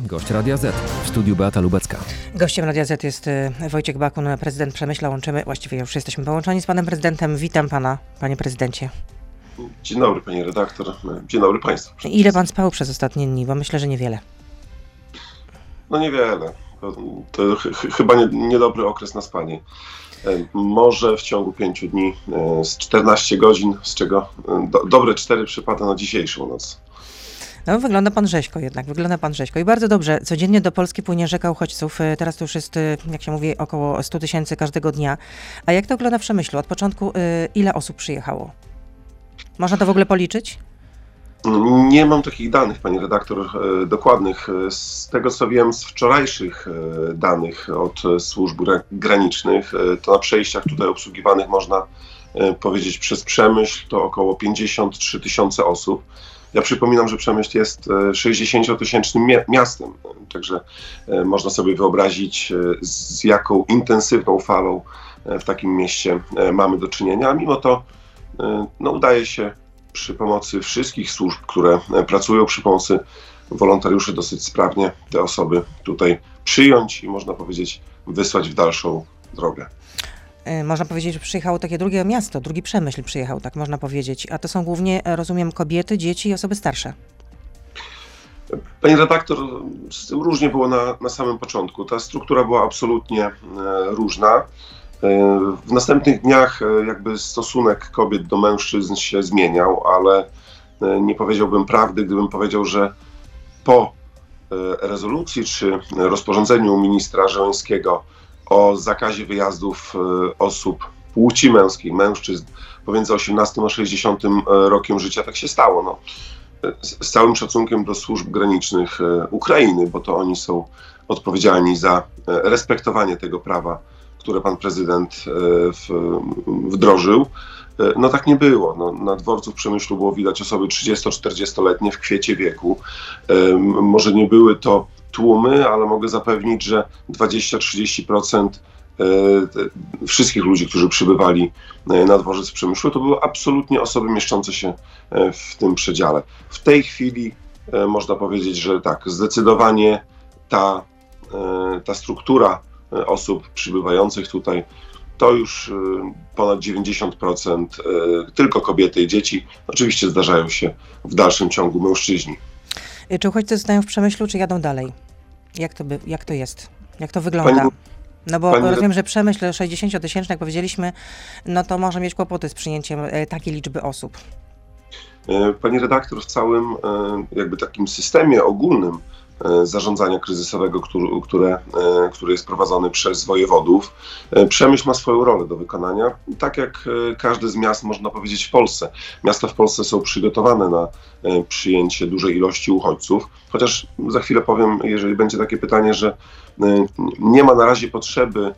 Gość Radia Z. W studiu Beata Lubecka. Gościem Radia Z jest Wojciech Bakun, prezydent Przemyśla. Łączymy, właściwie już jesteśmy połączeni z panem prezydentem. Witam pana, panie prezydencie. Dzień dobry, pani redaktor. Dzień dobry państwu. Ile pan spał przez ostatnie dni? Bo myślę, że niewiele. No niewiele. To chyba niedobry okres na spanie. Może w ciągu 5 dni z 14 godzin, z czego dobre 4 przypada na dzisiejszą noc. No, wygląda pan rzeźko jednak, I bardzo dobrze. Codziennie do Polski płynie rzeka uchodźców. Teraz to już jest, jak się mówi, około 100 000 każdego dnia. A jak to wygląda w Przemyślu? Od początku ile osób przyjechało? Można to w ogóle policzyć? Nie mam takich danych, pani redaktor, dokładnych. Z tego, co wiem z wczorajszych danych od służb granicznych, to na przejściach tutaj obsługiwanych można powiedzieć przez Przemyśl to około 53 000 osób. Ja przypominam, że Przemyśl jest 60-tysięcznym miastem, także można sobie wyobrazić, z jaką intensywną falą w takim mieście mamy do czynienia. Mimo to udaje się przy pomocy wszystkich służb, które pracują, przy pomocy wolontariuszy dosyć sprawnie te osoby tutaj przyjąć i można powiedzieć wysłać w dalszą drogę. Można powiedzieć, że przyjechało takie drugie miasto, drugi Przemyśl przyjechał, tak można powiedzieć. A to są głównie, rozumiem, kobiety, dzieci i osoby starsze. Pani redaktor, różnie było na samym początku. Ta struktura była absolutnie różna. W następnych dniach jakby stosunek kobiet do mężczyzn się zmieniał, ale nie powiedziałbym prawdy, gdybym powiedział, że po rezolucji czy rozporządzeniu ministra Żeleńskiego o zakazie wyjazdów osób płci męskiej, mężczyzn pomiędzy 18 a 60 rokiem życia, tak się stało. No. Z całym szacunkiem do służb granicznych Ukrainy, bo to oni są odpowiedzialni za respektowanie tego prawa, które pan prezydent wdrożył. No tak nie było. No, na dworcu w Przemyślu było widać osoby 30-40-letnie w kwiecie wieku. Może nie były to tłumy, ale mogę zapewnić, że 20-30% wszystkich ludzi, którzy przybywali na dworzec w Przemyślu, to były absolutnie osoby mieszczące się w tym przedziale. W tej chwili można powiedzieć, że tak, zdecydowanie ta struktura osób przybywających tutaj to już ponad 90% tylko kobiety i dzieci. Oczywiście zdarzają się w dalszym ciągu mężczyźni. Czy uchodźcy zostają w Przemyślu, czy jadą dalej? Jak to jest? Jak to wygląda? No bo rozumiem, że Przemyśl 60-tysięczny, jak powiedzieliśmy, no to może mieć kłopoty z przyjęciem takiej liczby osób. Pani redaktor, w całym jakby takim systemie ogólnym zarządzania kryzysowego, który jest prowadzony przez wojewodów, Przemyśl ma swoją rolę do wykonania, tak jak każde z miast, można powiedzieć, w Polsce. Miasta w Polsce są przygotowane na przyjęcie dużej ilości uchodźców, chociaż za chwilę powiem, jeżeli będzie takie pytanie, że nie ma na razie potrzeby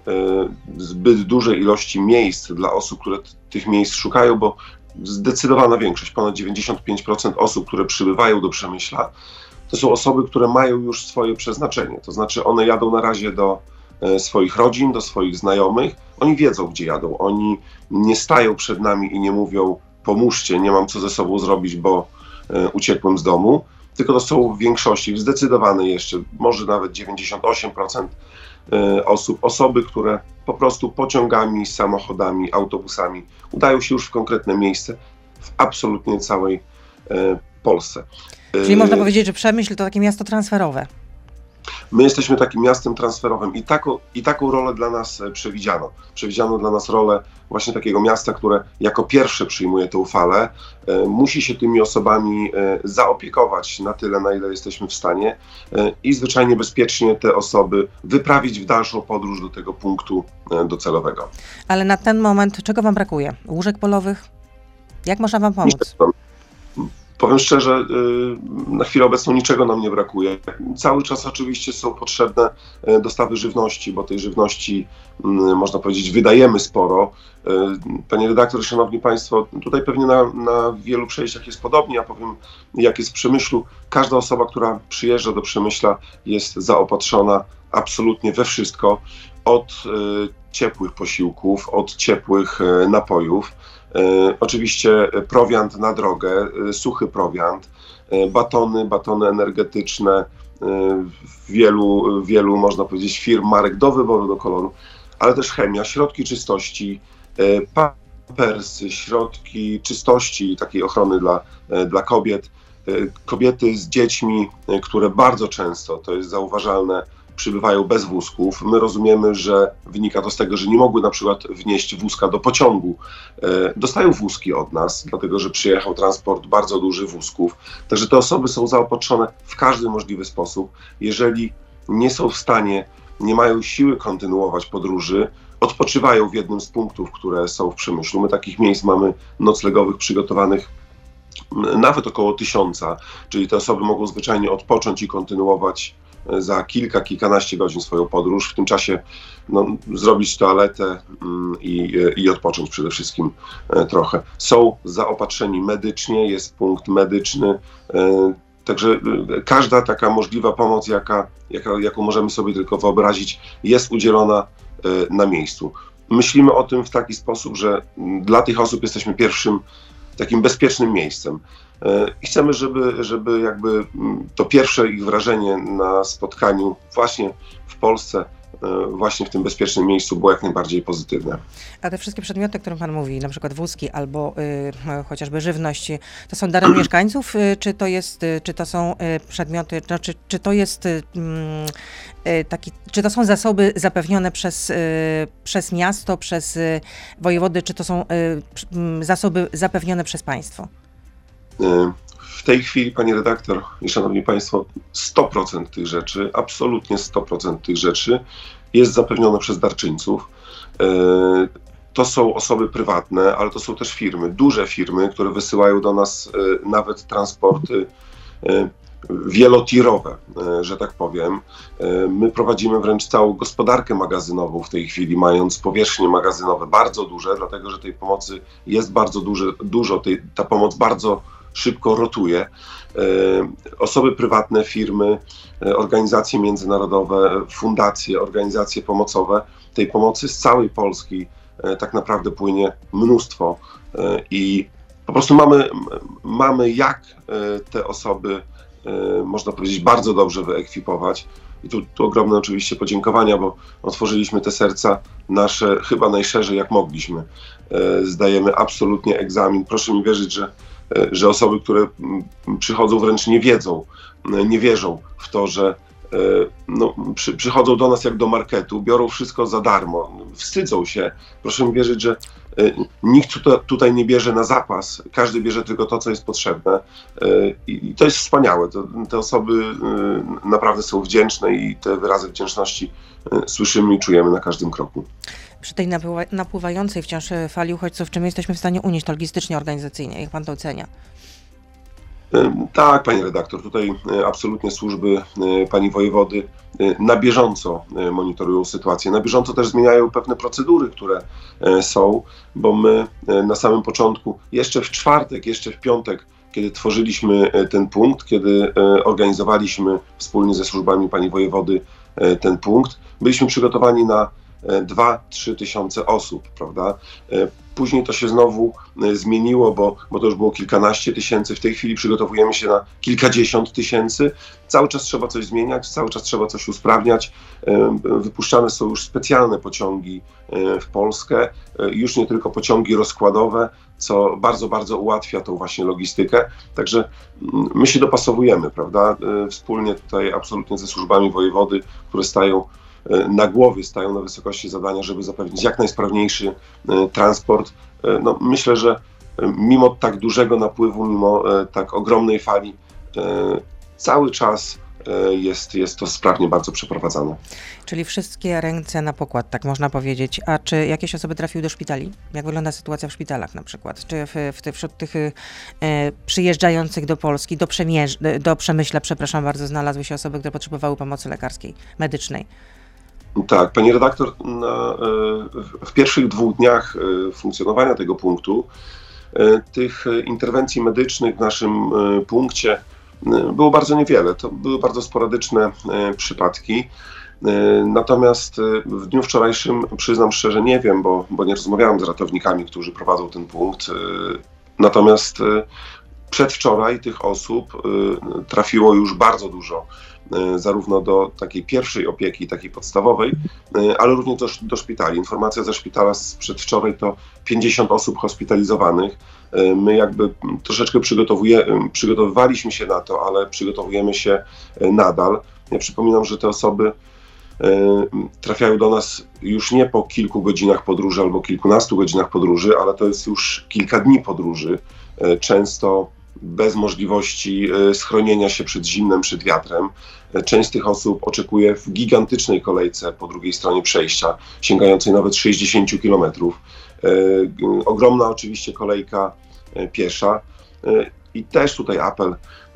zbyt dużej ilości miejsc dla osób, które tych miejsc szukają, bo zdecydowana większość, ponad 95% osób, które przybywają do Przemyśla, to są osoby, które mają już swoje przeznaczenie. To znaczy one jadą na razie do swoich rodzin, do swoich znajomych. Oni wiedzą, gdzie jadą. Oni nie stają przed nami i nie mówią: pomóżcie, nie mam co ze sobą zrobić, bo uciekłem z domu. Tylko to są w większości, w zdecydowanej jeszcze, może nawet 98% osób, osoby, które po prostu pociągami, samochodami, autobusami udają się już w konkretne miejsce w absolutnie całej Polsce. Czyli można powiedzieć, że Przemyśl to takie miasto transferowe. My jesteśmy takim miastem transferowym i taką rolę dla nas przewidziano. Przewidziano dla nas rolę właśnie takiego miasta, które jako pierwsze przyjmuje tę falę. Musi się tymi osobami zaopiekować na tyle, na ile jesteśmy w stanie i zwyczajnie bezpiecznie te osoby wyprawić w dalszą podróż do tego punktu docelowego. Ale na ten moment czego wam brakuje? Łóżek polowych? Jak można wam pomóc? Powiem szczerze, na chwilę obecną niczego nam nie brakuje. Cały czas oczywiście są potrzebne dostawy żywności, bo tej żywności, można powiedzieć, wydajemy sporo. Panie redaktor, szanowni państwo, tutaj pewnie na wielu przejściach jest podobnie. Ja powiem, jak jest w Przemyślu. Każda osoba, która przyjeżdża do Przemyśla, jest zaopatrzona absolutnie we wszystko. Od ciepłych posiłków, od ciepłych napojów. Oczywiście prowiant na drogę, suchy prowiant, batony energetyczne, wielu, można powiedzieć, firm, marek do wyboru, do koloru, ale też chemia, środki czystości, pampersy, środki czystości, takiej ochrony dla kobiet, kobiety z dziećmi, które bardzo często, to jest zauważalne, przybywają bez wózków. My rozumiemy, że wynika to z tego, że nie mogły na przykład wnieść wózka do pociągu. Dostają wózki od nas, dlatego że przyjechał transport bardzo duży wózków. Także te osoby są zaopatrzone w każdy możliwy sposób. Jeżeli nie są w stanie, nie mają siły kontynuować podróży, odpoczywają w jednym z punktów, które są w Przemyślu. My takich miejsc mamy noclegowych przygotowanych nawet około 1000, czyli te osoby mogą zwyczajnie odpocząć i kontynuować za kilkanaście godzin swoją podróż. W tym czasie zrobić toaletę i odpocząć przede wszystkim trochę. Są zaopatrzeni medycznie, jest punkt medyczny, także każda taka możliwa pomoc, jaką możemy sobie tylko wyobrazić, jest udzielona na miejscu. Myślimy o tym w taki sposób, że dla tych osób jesteśmy pierwszym takim bezpiecznym miejscem. I chcemy, żeby jakby to pierwsze ich wrażenie na spotkaniu właśnie w Polsce, właśnie w tym bezpiecznym miejscu było jak najbardziej pozytywne. A te wszystkie przedmioty, o których pan mówi, na przykład wózki albo chociażby żywność, to są darem mieszkańców, czy to są przedmioty, znaczy, czy to jest czy to są zasoby zapewnione przez miasto, przez wojewody, czy to są zasoby zapewnione przez państwo? W tej chwili, pani redaktor i szanowni państwo, 100% tych rzeczy, absolutnie 100% tych rzeczy jest zapewnione przez darczyńców. To są osoby prywatne, ale to są też firmy, duże firmy, które wysyłają do nas nawet transporty wielotirowe, że tak powiem. My prowadzimy wręcz całą gospodarkę magazynową w tej chwili, mając powierzchnie magazynowe bardzo duże, dlatego że tej pomocy jest bardzo dużo, ta pomoc bardzo szybko rotuje. Osoby prywatne, firmy, organizacje międzynarodowe, fundacje, organizacje pomocowe, tej pomocy z całej Polski tak naprawdę płynie mnóstwo i po prostu mamy jak te osoby, można powiedzieć, bardzo dobrze wyekwipować. I tu ogromne oczywiście podziękowania, bo otworzyliśmy te serca nasze chyba najszerzej jak mogliśmy. Zdajemy absolutnie egzamin. Proszę mi wierzyć, że osoby, które przychodzą, wręcz nie wierzą w to, że przychodzą do nas jak do marketu, biorą wszystko za darmo, wstydzą się. Proszę mi wierzyć, że nikt tutaj nie bierze na zapas, każdy bierze tylko to, co jest potrzebne i to jest wspaniałe. Te osoby naprawdę są wdzięczne i te wyrazy wdzięczności słyszymy i czujemy na każdym kroku. Przy tej napływającej wciąż fali uchodźców, czy my jesteśmy w stanie unieść to logistycznie, organizacyjnie? Jak pan to ocenia? Tak, pani redaktor, tutaj absolutnie służby pani wojewody na bieżąco monitorują sytuację. Na bieżąco też zmieniają pewne procedury, które są, bo my na samym początku, jeszcze w czwartek, jeszcze w piątek, kiedy tworzyliśmy ten punkt, kiedy organizowaliśmy wspólnie ze służbami pani wojewody ten punkt, byliśmy przygotowani na 2-3 tysiące osób, prawda? Później to się znowu zmieniło, bo to już było kilkanaście tysięcy. W tej chwili przygotowujemy się na kilkadziesiąt tysięcy. Cały czas trzeba coś zmieniać, cały czas trzeba coś usprawniać. Wypuszczane są już specjalne pociągi w Polskę, już nie tylko pociągi rozkładowe, co bardzo, bardzo ułatwia tą właśnie logistykę. Także my się dopasowujemy, prawda? Wspólnie tutaj absolutnie ze służbami wojewody, które stają na głowie, stają na wysokości zadania, żeby zapewnić jak najsprawniejszy transport. Myślę, że mimo tak dużego napływu, mimo tak ogromnej fali, cały czas jest to sprawnie bardzo przeprowadzane. Czyli wszystkie ręce na pokład, tak można powiedzieć. A czy jakieś osoby trafiły do szpitali? Jak wygląda sytuacja w szpitalach na przykład? Czy wśród tych przyjeżdżających do Polski, do Przemyśla, przepraszam bardzo, znalazły się osoby, które potrzebowały pomocy lekarskiej, medycznej? Tak, pani redaktor, w pierwszych 2 dniach funkcjonowania tego punktu, tych interwencji medycznych w naszym punkcie było bardzo niewiele. To były bardzo sporadyczne przypadki. Natomiast w dniu wczorajszym, przyznam szczerze, nie wiem, bo nie rozmawiałem z ratownikami, którzy prowadzą ten punkt. Natomiast przedwczoraj tych osób trafiło już bardzo dużo zarówno do takiej pierwszej opieki, takiej podstawowej, ale również do szpitali. Informacja ze szpitala z przedwczoraj to 50 osób hospitalizowanych. My jakby troszeczkę przygotowywaliśmy się na to, ale przygotowujemy się nadal. Ja przypominam, że te osoby trafiają do nas już nie po kilku godzinach podróży albo kilkunastu godzinach podróży, ale to jest już kilka dni podróży, często bez możliwości schronienia się przed zimnem, przed wiatrem. Część z tych osób oczekuje w gigantycznej kolejce po drugiej stronie przejścia, sięgającej nawet 60 kilometrów. Ogromna oczywiście kolejka piesza i też tutaj apel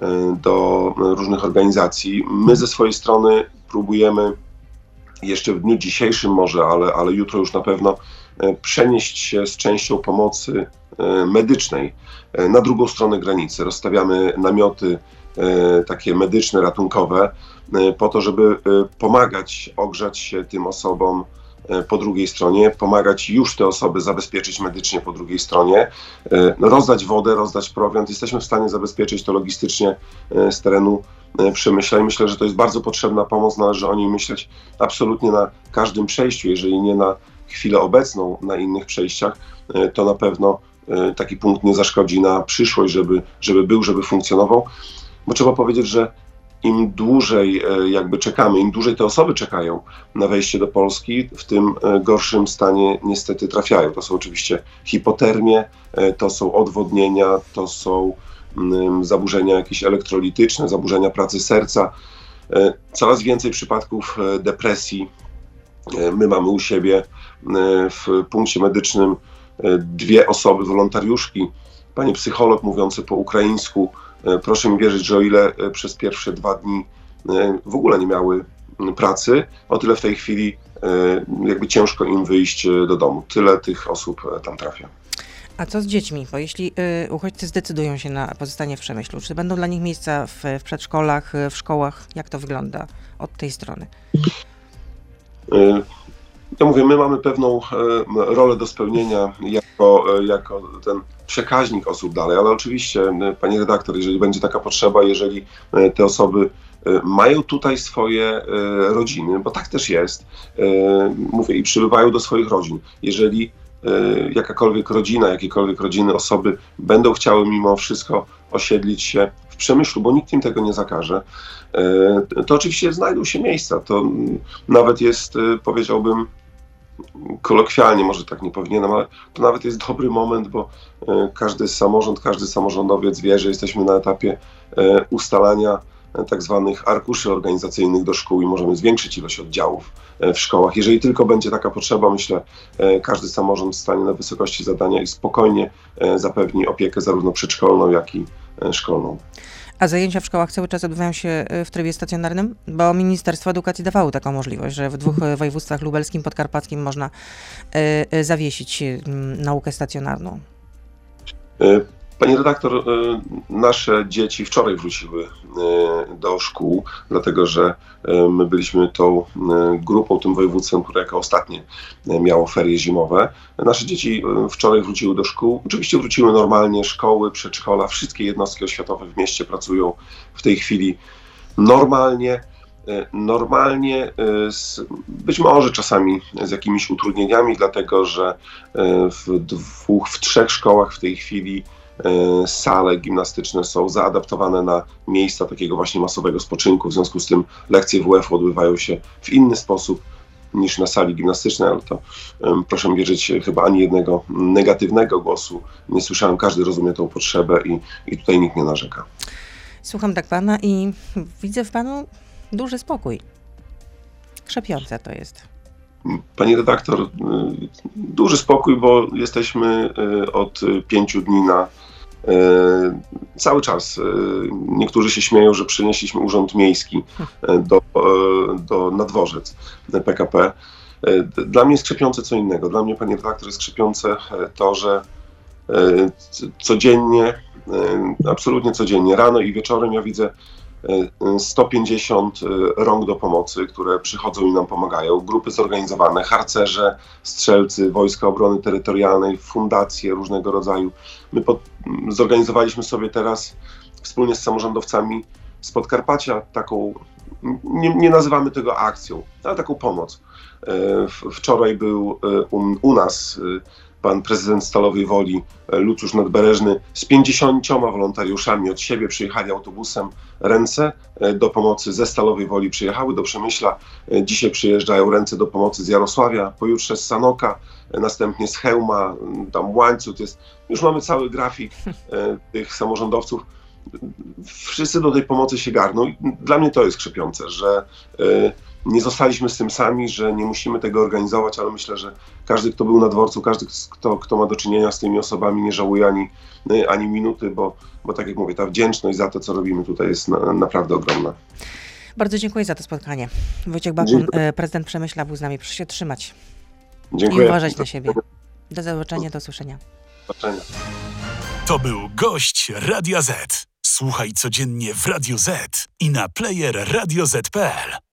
do różnych organizacji. My ze swojej strony próbujemy jeszcze w dniu dzisiejszym może, ale jutro już na pewno przenieść się z częścią pomocy medycznej na drugą stronę granicy. Rozstawiamy namioty takie medyczne, ratunkowe po to, żeby pomagać ogrzać się tym osobom po drugiej stronie, pomagać już te osoby zabezpieczyć medycznie po drugiej stronie, rozdać wodę, rozdać prowiant. Jesteśmy w stanie zabezpieczyć to logistycznie z terenu Przemyśla i myślę, że to jest bardzo potrzebna pomoc. Należy o niej myśleć absolutnie na każdym przejściu, jeżeli nie na chwilę obecną, na innych przejściach, to na pewno taki punkt nie zaszkodzi na przyszłość, żeby funkcjonował, bo trzeba powiedzieć, że im dłużej jakby czekamy, im dłużej te osoby czekają na wejście do Polski, w tym gorszym stanie niestety trafiają. To są oczywiście hipotermie, to są odwodnienia, to są zaburzenia jakieś elektrolityczne, zaburzenia pracy serca. Coraz więcej przypadków depresji. My mamy u siebie w punkcie medycznym 2 osoby, wolontariuszki, pani psycholog mówiący po ukraińsku. Proszę mi wierzyć, że o ile przez pierwsze 2 dni w ogóle nie miały pracy, o tyle w tej chwili jakby ciężko im wyjść do domu. Tyle tych osób tam trafia. A co z dziećmi? Bo jeśli uchodźcy zdecydują się na pozostanie w Przemyślu, czy będą dla nich miejsca w przedszkolach, w szkołach? Jak to wygląda od tej strony? Ja mówię, my mamy pewną rolę do spełnienia jako ten przekaźnik osób dalej, ale oczywiście, pani redaktor, jeżeli będzie taka potrzeba, jeżeli te osoby mają tutaj swoje rodziny, bo tak też jest, mówię, i przybywają do swoich rodzin. Jeżeli jakakolwiek rodzina, jakiekolwiek rodziny, osoby będą chciały mimo wszystko osiedlić się w Przemyślu, bo nikt im tego nie zakaże, to oczywiście znajdą się miejsca. To nawet jest, powiedziałbym, kolokwialnie, może tak nie powinienem, ale to nawet jest dobry moment, bo każdy samorząd, każdy samorządowiec wie, że jesteśmy na etapie ustalania tak zwanych arkuszy organizacyjnych do szkół i możemy zwiększyć ilość oddziałów w szkołach. Jeżeli tylko będzie taka potrzeba, myślę, każdy samorząd stanie na wysokości zadania i spokojnie zapewni opiekę zarówno przedszkolną, jak i szkolną. A zajęcia w szkołach cały czas odbywają się w trybie stacjonarnym? Bo Ministerstwo Edukacji dawało taką możliwość, że w 2 województwach lubelskim, podkarpackim można zawiesić naukę stacjonarną. Pani redaktor, nasze dzieci wczoraj wróciły do szkół, dlatego że my byliśmy tą grupą, tym województwem, które jako ostatnie miało ferie zimowe. Nasze dzieci wczoraj wróciły do szkół. Oczywiście wróciły normalnie, szkoły, przedszkola, wszystkie jednostki oświatowe w mieście pracują w tej chwili normalnie, być może czasami z jakimiś utrudnieniami, dlatego że w 3 szkołach w tej chwili sale gimnastyczne są zaadaptowane na miejsca takiego właśnie masowego spoczynku, w związku z tym lekcje WF odbywają się w inny sposób niż na sali gimnastycznej, ale to proszę mi wierzyć, chyba ani jednego negatywnego głosu nie słyszałem, każdy rozumie tą potrzebę i tutaj nikt nie narzeka. Słucham tak pana i widzę w panu duży spokój. Krzepiące to jest. Pani redaktor, duży spokój, bo jesteśmy od 5 dni na cały czas. Niektórzy się śmieją, że przenieśliśmy urząd miejski na dworzec PKP. Dla mnie jest krzepiące co innego. Dla mnie, pani redaktor, jest krzepiące to, że codziennie, absolutnie codziennie, rano i wieczorem ja widzę 150 rąk do pomocy, które przychodzą i nam pomagają. Grupy zorganizowane, harcerze, strzelcy, Wojska Obrony Terytorialnej, fundacje różnego rodzaju. My zorganizowaliśmy sobie teraz wspólnie z samorządowcami z Podkarpacia taką nie nazywamy tego akcją, ale taką pomoc. Wczoraj był u nas pan prezydent Stalowej Woli, Lucjusz Nadbereżny, z 50 wolontariuszami od siebie przyjechali autobusem. Ręce do pomocy ze Stalowej Woli przyjechały do Przemyśla. Dzisiaj przyjeżdżają ręce do pomocy z Jarosławia, pojutrze z Sanoka, następnie z Chełma, tam Łańcut jest. Już mamy cały grafik tych samorządowców. Wszyscy do tej pomocy się garną i dla mnie to jest krzepiące, że nie zostaliśmy z tym sami, że nie musimy tego organizować, ale myślę, że każdy, kto był na dworcu, każdy, kto ma do czynienia z tymi osobami, nie żałuje ani minuty, bo tak jak mówię, ta wdzięczność za to, co robimy tutaj jest naprawdę ogromna. Bardzo dziękuję za to spotkanie. Wojciech Bakun, prezydent Przemyśla, był z nami. Proszę się trzymać. Dziękuję. I uważać na siebie. Do zobaczenia, do usłyszenia. Do zobaczenia. To był gość Radia Z. Słuchaj codziennie w Radio Z i na player radioz.pl.